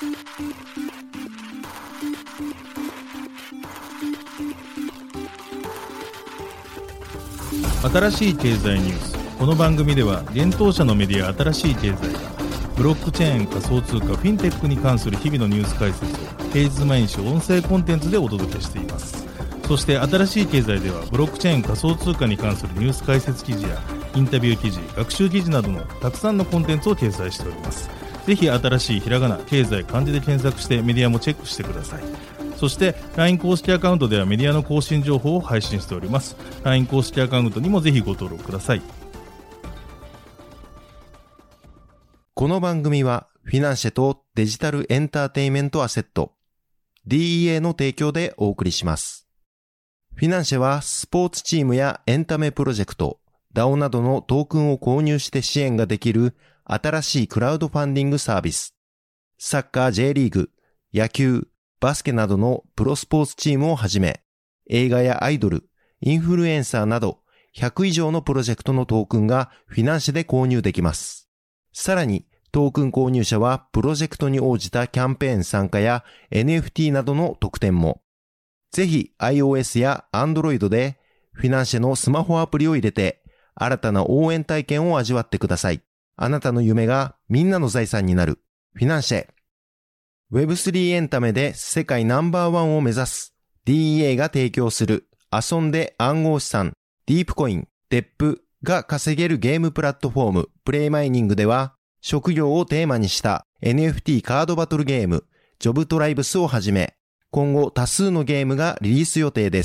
新しい経済ニュース。この番組では現当社のメディア新しい経済がブロックチェーン、仮想通貨、フィンテックに関する日々のニュース解説を平日毎日音声コンテンツでお届けしています。そして新しい経済ではブロックチェーン、仮想通貨に関するニュース解説記事やインタビュー記事、学習記事などのたくさんのコンテンツを掲載しております。ぜひ新しいひらがな、経済、漢字で検索してメディアもチェックしてください。そして LINE 公式アカウントではメディアの更新情報を配信しております。 LINE 公式アカウントにもぜひご登録ください。 この番組はフィナンシェとデジタルエンターテイメントアセット DEA の提供でお送りします。フィナンシェはスポーツチームやエンタメプロジェクト、DAO などのトークンを購入して支援ができる新しいクラウドファンディングサービス。サッカー J リーグ、野球、バスケなどのプロスポーツチームをはじめ、映画やアイドル、インフルエンサーなど100以上のプロジェクトのトークンがフィナンシェで購入できます。さらに、トークン購入者はプロジェクトに応じたキャンペーン参加や NFT などの特典も。ぜひ iOS や Android でフィナンシェのスマホアプリを入れて新たな応援体験を味わってください。あなたの夢がみんなの財産になる。フィナンシェ。Web3 エンタメで世界ナンバーワンを目指す DEA が提供する遊んで暗号資産、ディープコイン、DEP が稼げるゲームプラットフォームプレイマイニングでは職業をテーマにした NFT カードバトルゲームジョブトライブスをはじめ今後多数のゲームがリリース予定です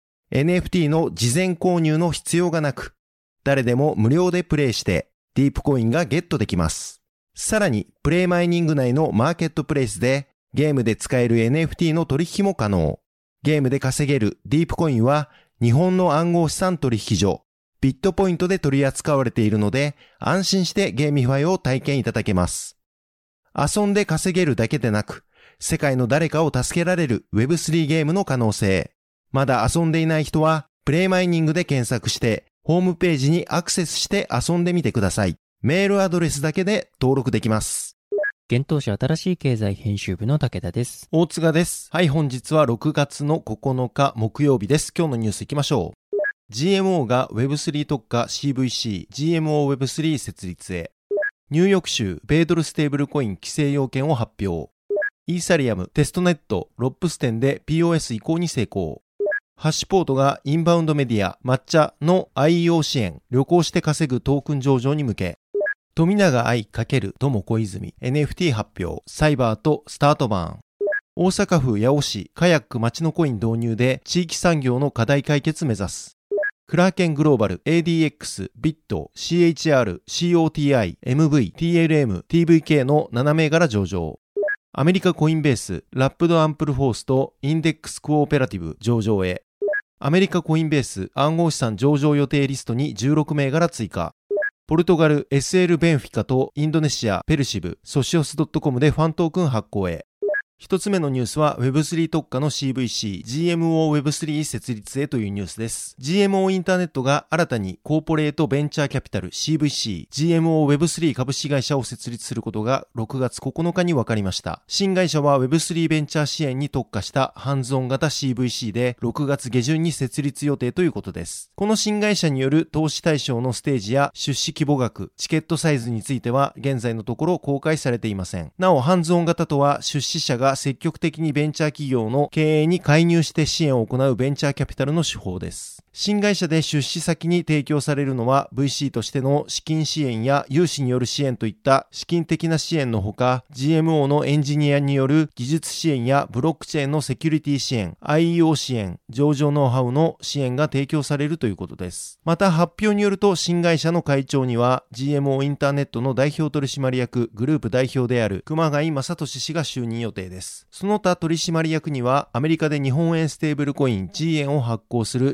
。NFT の事前購入の必要がなく誰でも無料でプレイしてディープコインがゲットできます。さらにプレイマイニング内のマーケットプレイスでゲームで使える NFT の取引も可能。ゲームで稼げるディープコインは日本の暗号資産取引所ビットポイントで取り扱われているので安心してゲーミファイを体験いただけます。遊んで稼げるだけでなく世界の誰かを助けられる Web3 ゲームの可能性。まだ遊んでいない人はプレイマイニングで検索してホームページにアクセスして遊んでみてください。メールアドレスだけで登録できます。 現当社新しい経済編集部の武田です。 大塚です。はい、本日は6月の9日木曜日です。今日のニュースいきましょう。GMO が Web3 特化 CVC GMO Web3 設立へ。ニューヨーク州米ドルステーブルコイン規制要件を発表。イーサリアムテストネットロップス店で POS 移行に成功。ハッシュポートがインバウンドメディア抹茶の IEO 支援旅行して稼ぐトークン上場に向け。富永愛×友小泉 NFT 発表。サイバーとスタートバーン。大阪府八尾市カヤック町のコイン導入で地域産業の課題解決目指す。クラーケングローバル ADX ビット CHR COTI MV TLM TVK の7銘柄上場。アメリカコインベースラップドアンプルフォースとインデックスコオペラティブ上場へ。アメリカコインベース暗号資産上場予定リストに16銘柄追加。ポルトガル SL ベンフィカとインドネシアペルシブソシオス .com でファントークン発行へ。一つ目のニュースは Web3 特化の CVC GMO Web3 設立へというニュースです。GMO インターネットが新たにコーポレートベンチャーキャピタル CVC GMO Web3 株式会社を設立することが6月9日に分かりました。新会社は Web3 ベンチャー支援に特化したハンズオン型 CVC で6月下旬に設立予定ということです。この新会社による投資対象のステージや出資規模額、チケットサイズについては現在のところ公開されていません。なおハンズオン型とは出資者が積極的にベンチャー企業の経営に介入して支援を行うベンチャーキャピタルの手法です。新会社で出資先に提供されるのは VC としての資金支援や融資による支援といった資金的な支援のほか GMO のエンジニアによる技術支援やブロックチェーンのセキュリティ支援、IEO 支援、上場ノウハウの支援が提供されるということです。また発表によると新会社の会長には GMO インターネットの代表取締役グループ代表である熊谷正俊氏が就任予定です。その他取締役にはアメリカで日本円ステーブルコイン G 円を発行する GMO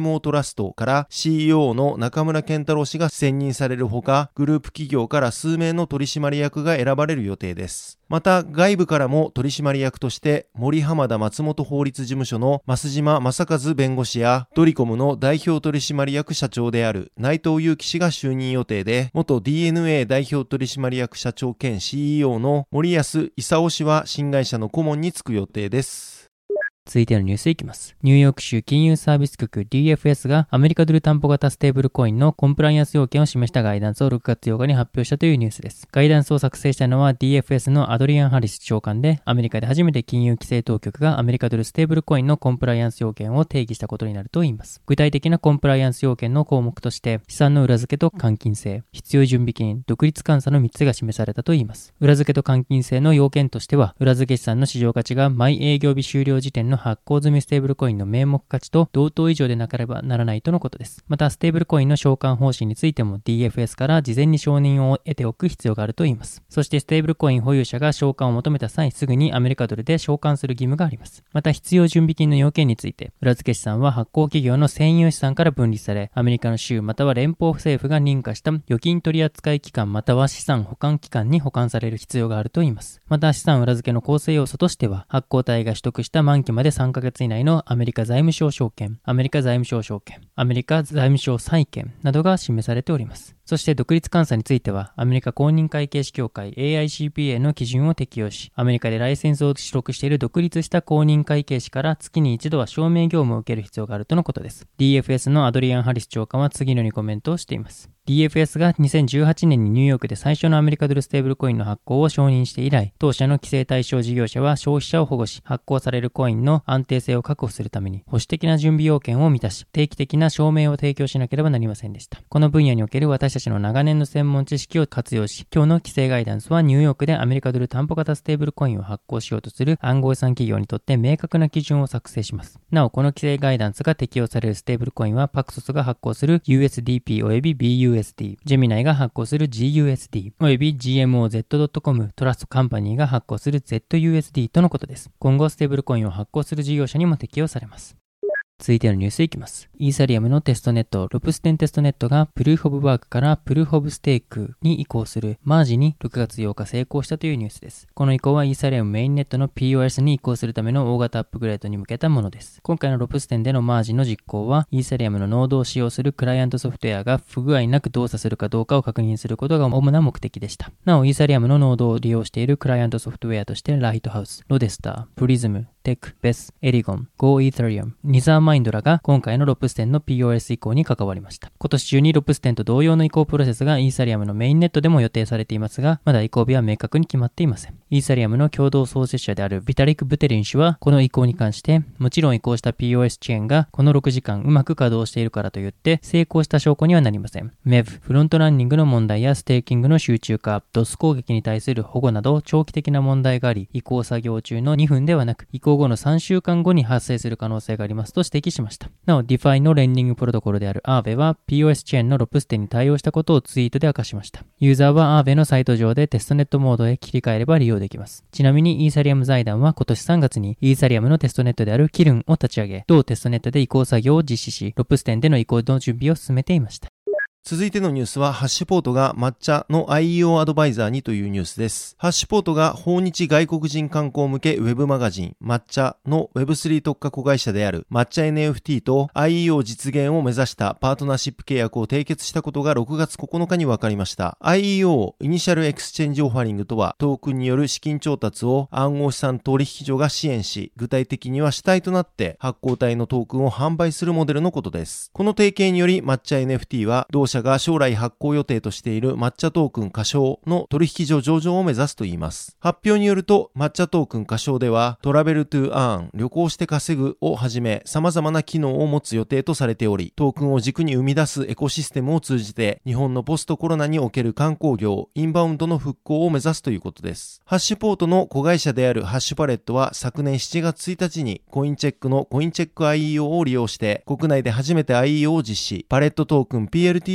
GMO トラストから CEO の中村健太郎氏が選任されるほか、グループ企業から数名の取締役が選ばれる予定です。また外部からも取締役として森浜田松本法律事務所の増島正和弁護士やドリコムの代表取締役社長である内藤裕樹氏が就任予定で、元 DNA 代表取締役社長兼 CEO の森安勲氏は新会社の顧問に就く予定です。 続いてのニュースいきます。ニューヨーク州金融サービス局 DFS がアメリカドル担保型ステーブルコインのコンプライアンス要件を示したガイダンスを6月8日に発表したというニュースです。ガイダンスを作成したのは DFS のアドリアン・ハリス長官で、アメリカで初めて金融規制当局がアメリカドルステーブルコインのコンプライアンス要件を定義したことになると言います。具体的なコンプライアンス要件の項目として、資産の裏付けと換金性、必要準備金、独立監査の3つが示されたと言います。裏付けと換金性の要件としては、裏付け資産の市場価値が毎営業日終了時点の発行済みステーブルコインの名目価値と同等以上でなければならないとのことです。また、ステーブルコインの償還方針についても DFS から事前に承認を得ておく必要があると言います。そして、ステーブルコイン保有者が償還を求めた際、すぐにアメリカドルで償還する義務があります。また、必要準備金の要件について、裏付け資産は発行企業の占有資産から分離され、アメリカの州または連邦政府が認可した預金取扱機関または資産保管機関に保管される必要があると言います。また、資産裏付けの構成要素としては、発行体が取得した満期まで3ヶ月以内のアメリカ財務省証券、アメリカ財務省証券、アメリカ財務省債券などが示されております。そして独立監査については、アメリカ公認会計士協会 AICPA の基準を適用し、アメリカでライセンスを取得している独立した公認会計士から月に一度は証明業務を受ける必要があるとのことです。DFS のアドリアン・ハリス長官は次のようにコメントをしています。DFS が2018年にニューヨークで最初のアメリカドルステーブルコインの発行を承認して以来、当社の規制対象事業者は消費者を保護し、発行されるコインの安定性を確保するために保守的な準備要件を満たし、定期的な証明を提供しなければなりませんでした。この分野における私たちの長年の専門知識を活用し、今日の規制ガイダンスはニューヨークでアメリカドル担保型ステーブルコインを発行しようとする暗号資産企業にとって明確な基準を作成します。なお、この規制ガイダンスが適用されるステーブルコインは、パクソスが発行する USDP および BUSD、ジェミナイが発行する GUSD および GMOZ.com トラストカンパニーが発行する ZUSD とのことです。今後ステーブルコインを発行する事業者にも適用されます。続いてのニュースいきます。イーサリアムのテストネット、ロプステンテストネットがプルーフオブワークからプルーフオブステークに移行するマージに6月8日成功したというニュースです。この移行はイーサリアムメインネットの POS に移行するための大型アップグレードに向けたものです。今回のロプステンでのマージの実行は、イーサリアムのノードを使用するクライアントソフトウェアが不具合なく動作するかどうかを確認することが主な目的でした。なお、イーサリアムのノードを利用しているクライアントソフトウェアとしてライトハウス、ロデスター、プリズム、テック、ベス、エリゴン、ゴーイーサリアム、ニザーマインドらが今回のロプステンの POS 移行に関わりました。今年中にロプステンと同様の移行プロセスがイーサリアムのメインネットでも予定されていますが、まだ移行日は明確に決まっていません。イーサリアムの共同創設者であるビタリック・ブテリン氏は、この移行に関して、もちろん移行した POS チェーンがこの6時間うまく稼働しているからといって成功した証拠にはなりません。MEV、フロントランニングの問題やステーキングの集中化、DOS 攻撃に対する保護など長期的な問題があり、移行作業中の2分ではなく、移行後の3週間後に発生する可能性がありますと指摘しました。なお、DeFi のレンディングプロトコルである Aave は POS チェーンのロプステンに対応したことをツイートで明かしました。ユーザーは Aave のサイト上でテストネットモードへ切り替えれば利用できます。ちなみにイーサリアム財団は今年3月にイーサリアムのテストネットであるキルンを立ち上げ、同テストネットで移行作業を実施し、ロプステンでの移行の準備を進めていました。 続いてのニュースは、ハッシュポートが抹茶の IEO アドバイザーにというニュースです。ハッシュポートが訪日外国人観光向けウェブマガジン抹茶の Web3 特化子会社である抹茶 NFT と IEO 実現を目指したパートナーシップ契約を締結したことが6月9日に分かりました。IEO イニシャルエクスチェンジオファリングとは、トークンによる資金調達を暗号資産取引所が支援し、具体的には主体となって発行体のトークンを販売するモデルのことです。この提携により抹茶 NFT は同社が将来発行予定としている抹茶トークン仮称の取引所上場を目指すといいます。発表によると、抹茶トークン仮称ではトラベルトゥアーン、旅行して稼ぐをはじめ様々な機能を持つ予定とされており、トークンを軸に生み出すエコシステムを通じて日本のポストコロナにおける観光業、インバウンドの復興を目指すということです。ハッシュポートの子会社であるハッシュパレットは昨年7月1日にコインチェックのコインチェック IEO を利用して国内で初めて IEO を実施、パレットトークン PLT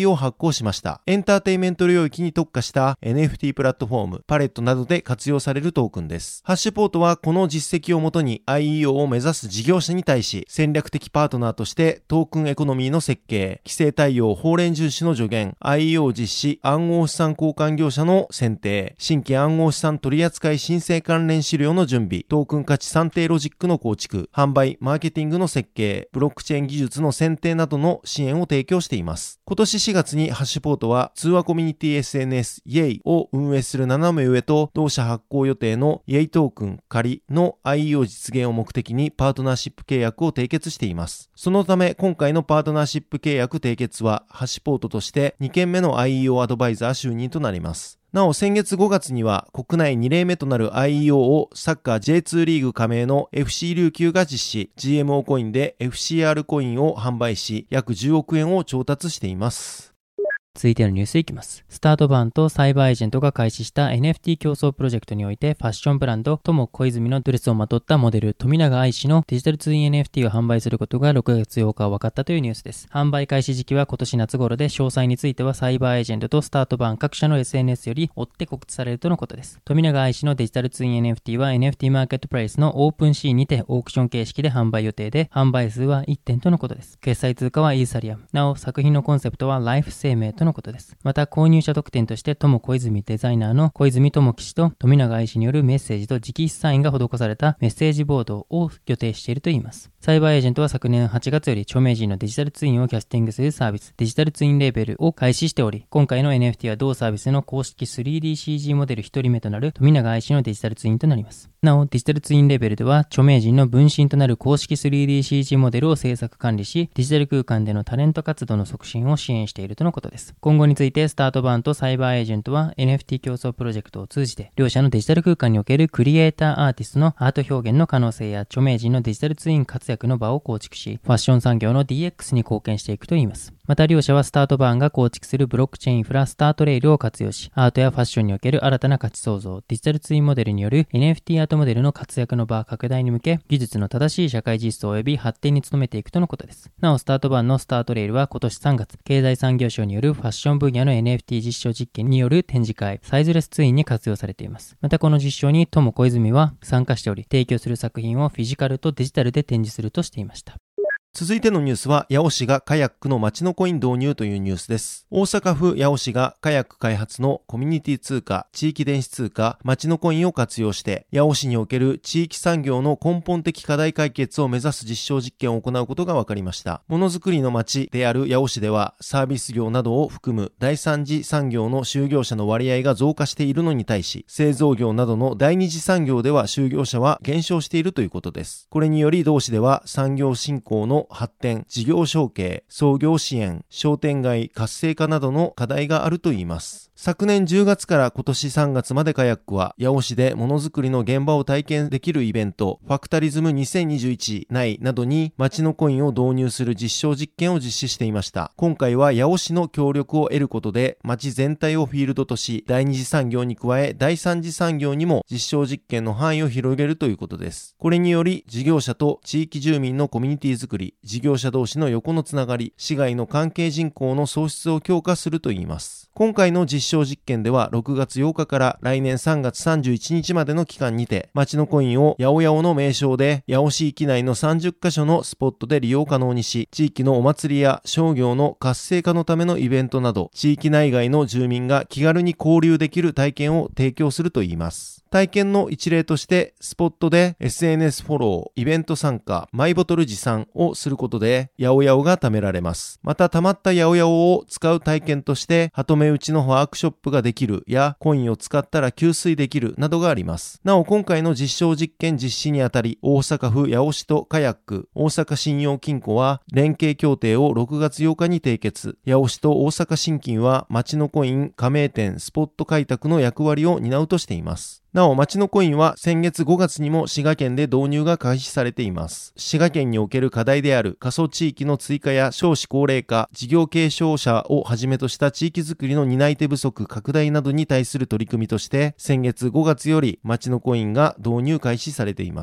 NFT を発行しました。エンターテインメント領域に特化した NFT プラットフォーム、パレットなどで活用されるトークンです。ハッシュポートはこの実績をもとに IEO を目指す事業者に対し、戦略的パートナーとしてトークンエコノミーの設計、規制対応、法令遵守の助言、IEO 実施、暗号資産交換業者の選定、新規暗号資産取扱申請関連資料の準備、トークン価値算定ロジックの構築、販売、マーケティングの設計、ブロックチェーン技術の選定などの支援を提供しています。今年4月にハッシュポートは通話コミュニティ SNS Yay を運営する斜め上と同社発行予定の Yay トークン仮の IEO 実現を目的にパートナーシップ契約を締結しています。そのため今回のパートナーシップ契約締結はハッシュポートとして2件目の IEO アドバイザー就任となります。なお先月5月には国内2例目となる IEO をサッカー J2 リーグ加盟の FC 琉球が実施、GMO コインで FCR コインを販売し約10億円を調達しています。 続いてのニュースいきます。スタートバーンとサイバーエージェントが開始した NFT 競争プロジェクトにおいて、ファッションブランド、友小泉のドレスをまとったモデル、富永愛氏のデジタルツイン NFT を販売することが6月8日分かったというニュースです。販売開始時期は今年夏頃で、詳細についてはサイバーエージェントとスタートバーン各社の SNS より追って告知されるとのことです。富永愛氏のデジタルツイン NFT は NFT マーケットプレイスのオープンシーにてオークション形式で販売予定で、販売数は1点とのことです。決済通貨はイーサリアム。なお、作品のコンセプトはライフ生命とのことです。また、購入者特典として友小泉デザイナーの小泉智樹氏と富永愛氏によるメッセージと直筆サインが施されたメッセージボードを予定しているといいます。サイバーエージェントは昨年8月より著名人のデジタルツインをキャスティングするサービスデジタルツインレーベルを開始しており、今回の NFT は同サービスの公式 3DCG モデル1人目となる富永愛氏のデジタルツインとなります。なお、デジタルツインレーベルでは著名人の分身となる公式 3DCG モデルを制作管理し、デジタル空間でのタレント活動の促進を支援しているとのことです。今後についてスタートバーンとサイバーエージェントは NFT 競争プロジェクトを通じて両社のデジタル空間におけるクリエイターアーティストのアート表現の可能性や著名人のデジタルツイン活躍の場を構築し、ファッション産業の DX に貢献していくといいます。また両社はスタートバーンが構築するブロックチェーンインフラスタートレイルを活用し、アートやファッションにおける新たな価値創造、デジタルツインモデルによる NFT アートモデルの活躍の場拡大に向け、技術の正しい社会実装及び発展に努めていくとのことです。なお、スタートバーンのスタートレイルは今年3月、経済産業省によるファッション分野の NFT 実証実験による展示会、サイズレスツインに活用されています。またこの実証に友小泉は参加しており、提供する作品をフィジカルとデジタルで展示するとしていました。 続いてのニュースは、八尾市がカヤックの街のコイン導入というニュースです。大阪府八尾市がカヤック開発のコミュニティ通貨、地域電子通貨、街のコインを活用して、八尾市における地域産業の根本的課題解決を目指す実証実験を行うことが分かりました。ものづくりの街である八尾市では、サービス業などを含む第三次産業の就業者の割合が増加しているのに対し、製造業などの第二次産業では就業者は減少しているということです。これにより同市では産業振興の発展、事業承継、創業支援、商店街活性化などの課題があるといいます。昨年10月から今年3月までカヤックは八尾市でものづくりの現場を体験できるイベントファクタリズム2021内などに街のコインを導入する実証実験を実施していました。今回は八尾市の協力を得ることで街全体をフィールドとし、第二次産業に加え第三次産業にも実証実験の範囲を広げるということです。これにより事業者と地域住民のコミュニティ作り、事業者同士の横のつながり、市街の関係人口の創出を強化するといいます。今回の実証実験では6月8日から来年3月31日までの期間にて街のコインを八尾八尾の名称で八尾市域内の30カ所のスポットで利用可能にし、地域のお祭りや商業の活性化のためのイベントなど地域内外の住民が気軽に交流できる体験を提供するといいます。体験の一例としてスポットで SNS フォロー、イベント参加、マイボトル持参をすることで八尾八尾が貯められます。また貯まった八尾八尾を使う体験として鳩目打ちのワークショップができるやコインを使ったら給水できるなどがあります。なお今回の実証実験実施にあたり大阪府八尾市とカヤック、大阪信用金庫は連携協定を6月8日に締結。八尾市と大阪信金は街のコイン加盟店スポット開拓の役割を担うとしています。なお、街のコインは先月5月にも滋賀県で導入が開始されています。滋賀県における課題である過疎地域の追加や少子高齢化、事業継承者をはじめとした地域づくりの担い手不足拡大などに対する取り組みとして、先月5月より街のコインが導入開始されています。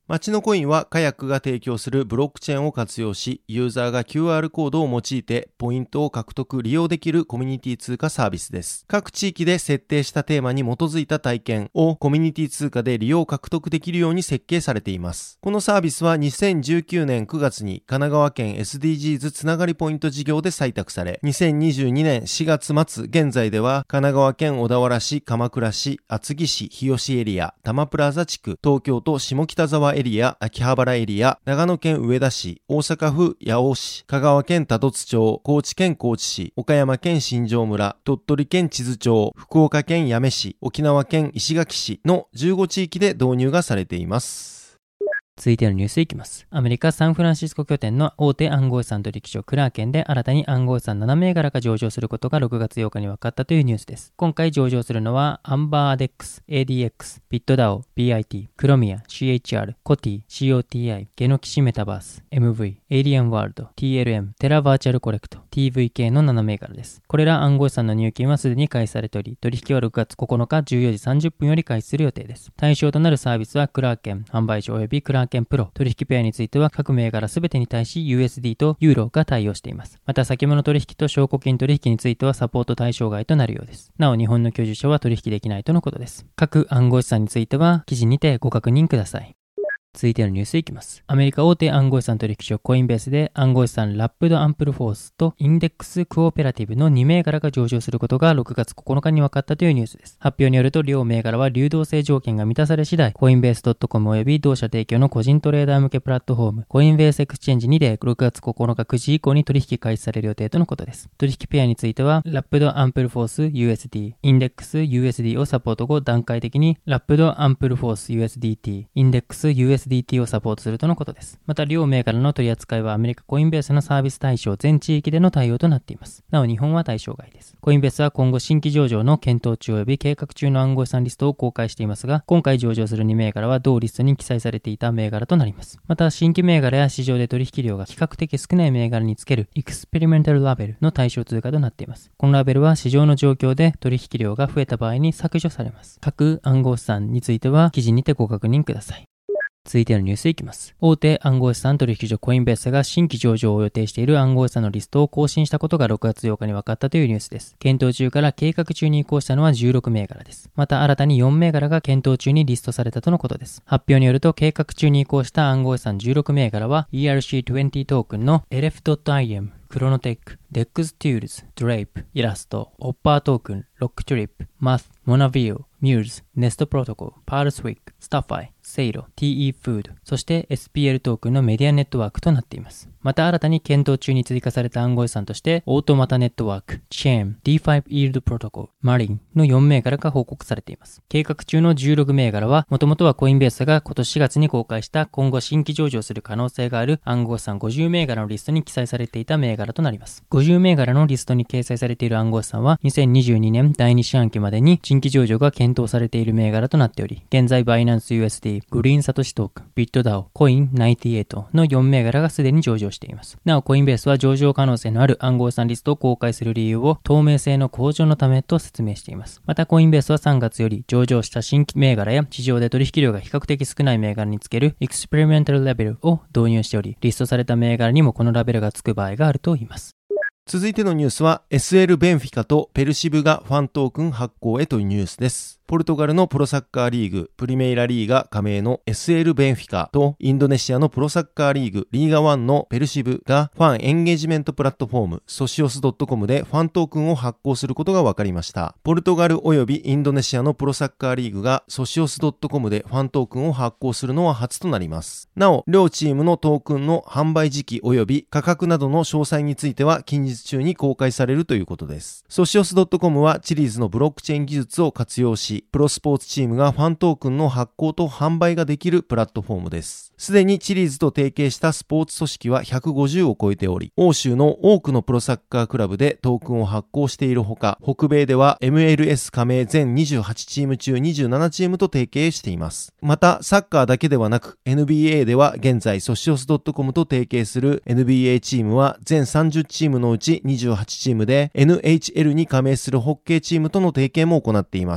街のコインはカヤックが提供するブロックチェーンを活用し、ユーザーが QR コードを用いてポイントを獲得・利用できるコミュニティ通貨サービスです。各地域で設定したテーマに基づいた体験をコミュニティ通貨で利用獲得できるように設計されています。このサービスは2019年9月に神奈川県 SDGs つながりポイント事業で採択され、2022年4月末現在では神奈川県小田原市、鎌倉市、厚木市、日吉エリア、多摩プラザ地区、東京都下北沢エリア、秋葉原エリア、長野県上田市、大阪府八尾市、香川県多度津町、高知県高知市、岡山県新庄村、鳥取県智頭町、福岡県八女市、沖縄県石垣市の15地域で導入がされています。 続いてのニュースいきます。アメリカ・サンフランシスコ拠点の大手暗号資産取引所クラーケンで新たに暗号資産7銘柄が上場することが6月8日に分かったというニュースです。今回上場するのはアンバーアデックス、ADX、ビットダオ、BIT、クロミア、CHR、コティ、COTI、ゲノキシメタバース、MV、エイリアンワールド、TLM、テラバーチャルコレクト、TVK の7銘柄です。これら暗号資産の入金はすでに開始されており、取引は6月9日14時30分より開始する予定です。対象となるサービスはクラーケン、販売所及びクラーケンプロ、取引ペアについては各銘柄すべてに対し USD とユーロが対応しています。また先物取引と証拠金取引についてはサポート対象外となるようです。なお日本の居住者は取引できないとのことです。各暗号資産については記事にてご確認ください。続いてのニュースいきます。アメリカ大手暗号資産取引所コインベースで暗号資産ラップドアンプルフォースとインデックスクオペラティブの2銘柄が上場することが6月9日に分かったというニュースです。発表によると両銘柄は流動性条件が満たされ次第、コインベース .com 及び同社提供の個人トレーダー向けプラットフォームコインベースエクスチェンジ2で6月9日9時以降に取引開始される予定とのことです。取引ペアについてはラップドアンプルフォース USD、インデックス USD をサポート後段階的にラップドアンプルフォース USDT、インデックス USDT をサポートするとのことです。また両銘柄の取り扱いはアメリカコインベースのサービス対象全地域での対応となっています。なお日本は対象外です。コインベースは今後新規上場の検討中及び計画中の暗号資産リストを公開していますが、今回上場する2銘柄は同リストに記載されていた銘柄となります。また新規銘柄や市場で取引量が比較的少ない銘柄につけるエクスペリメンタルラベルの対象通貨となっています。このラベルは市場の状況で取引量が増えた場合に削除されます。各暗号資産については記事にてご確認ください。続いてのニュースいきます。大手暗号資産取引所コインベースが新規上場を予定している暗号資産のリストを更新したことが6月8日に分かったというニュースです。検討中から計画中に移行したのは16銘柄です。また新たに4銘柄が検討中にリストされたとのことです。発表によると計画中に移行した暗号資産16銘柄は ERC20 トークンの LF.IM、クロノテック、デックステュールズ、ドレイプ、イラスト、オッパートークン、ロックトリップ、マス、モナビオ、ミューズ、ネストプロトコル、パールスウィック、スタファイ、セイロ、TE フード、そして SPL トークンのメディアネットワークとなっています。また新たに検討中に追加された暗号資産としてオートマタネットワーク、チェーン、D5 イールドプロトコル、マリンの4銘柄が報告されています。計画中の16銘柄はもともとはコインベースが今年4月に公開した今後新規上場する可能性がある暗号資産50銘柄のリストに記載されていた銘柄となります。50銘柄のリストに掲載されている暗号資産は2022年第2四半期までに新規上場が検討されている銘柄となっており、現在バイナンス USD、グリーンサトシトークン、ビットダオ、コイン98の4銘柄がすでに上場しています。なおコインベースは上場可能性のある暗号資産リストを公開する理由を透明性の向上のためと説明しています。またコインベースは3月より上場した新規銘柄や市場で取引量が比較的少ない銘柄につけるエクスペリメンタルラベルを導入しており、リストされた銘柄にもこのラベルがつく場合があるといいます。 続いてのニュースは SL ベンフィカとペルシブがファントークン発行へというニュースです。ポルトガルのプロサッカーリーグプリメイラリーガ加盟の SL ベンフィカとインドネシアのプロサッカーリーグリーガ1のペルシブがファンエンゲージメントプラットフォームソシオス .com でファントークンを発行することが分かりました。ポルトガル及びインドネシアのプロサッカーリーグがソシオス .com でファントークンを発行するのは初となります。なお両チームのトークンの販売時期及び価格などの詳細については近日中に公開されるということです。ソシオス .com はチリーズのブロックチェーン技術を活用しプロスポーツチームがファントークンの発行と販売ができるプラットフォームです。すでにチリーズと提携したスポーツ組織は150を超えており、欧州の多くのプロサッカークラブでトークンを発行しているほか、北米では MLS 加盟全28チーム中27チームと提携しています。また、サッカーだけではなく NBA では現在ソシオス .com と提携する NBA チームは全30チームのうち28チームで NHL に加盟するホッケーチームとの提携も行っています。ま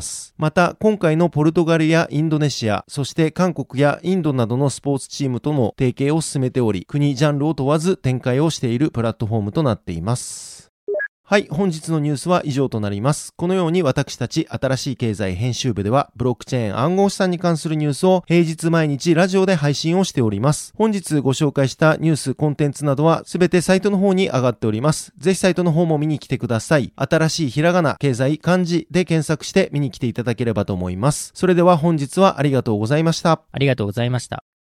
また、今回のポルトガルやインドネシア、そして韓国やインドなどのスポーツチームとの提携を進めており、国・ジャンルを問わず展開をしているプラットフォームとなっています。はい、本日のニュースは以上となります。このように私たち新しい経済編集部では、ブロックチェーン暗号資産に関するニュースを平日毎日ラジオで配信をしております。本日ご紹介したニュース、コンテンツなどはすべてサイトの方に上がっております。ぜひサイトの方も見に来てください。新しいひらがな、経済、漢字で検索して見に来ていただければと思います。それでは本日はありがとうございました。 ありがとうございました。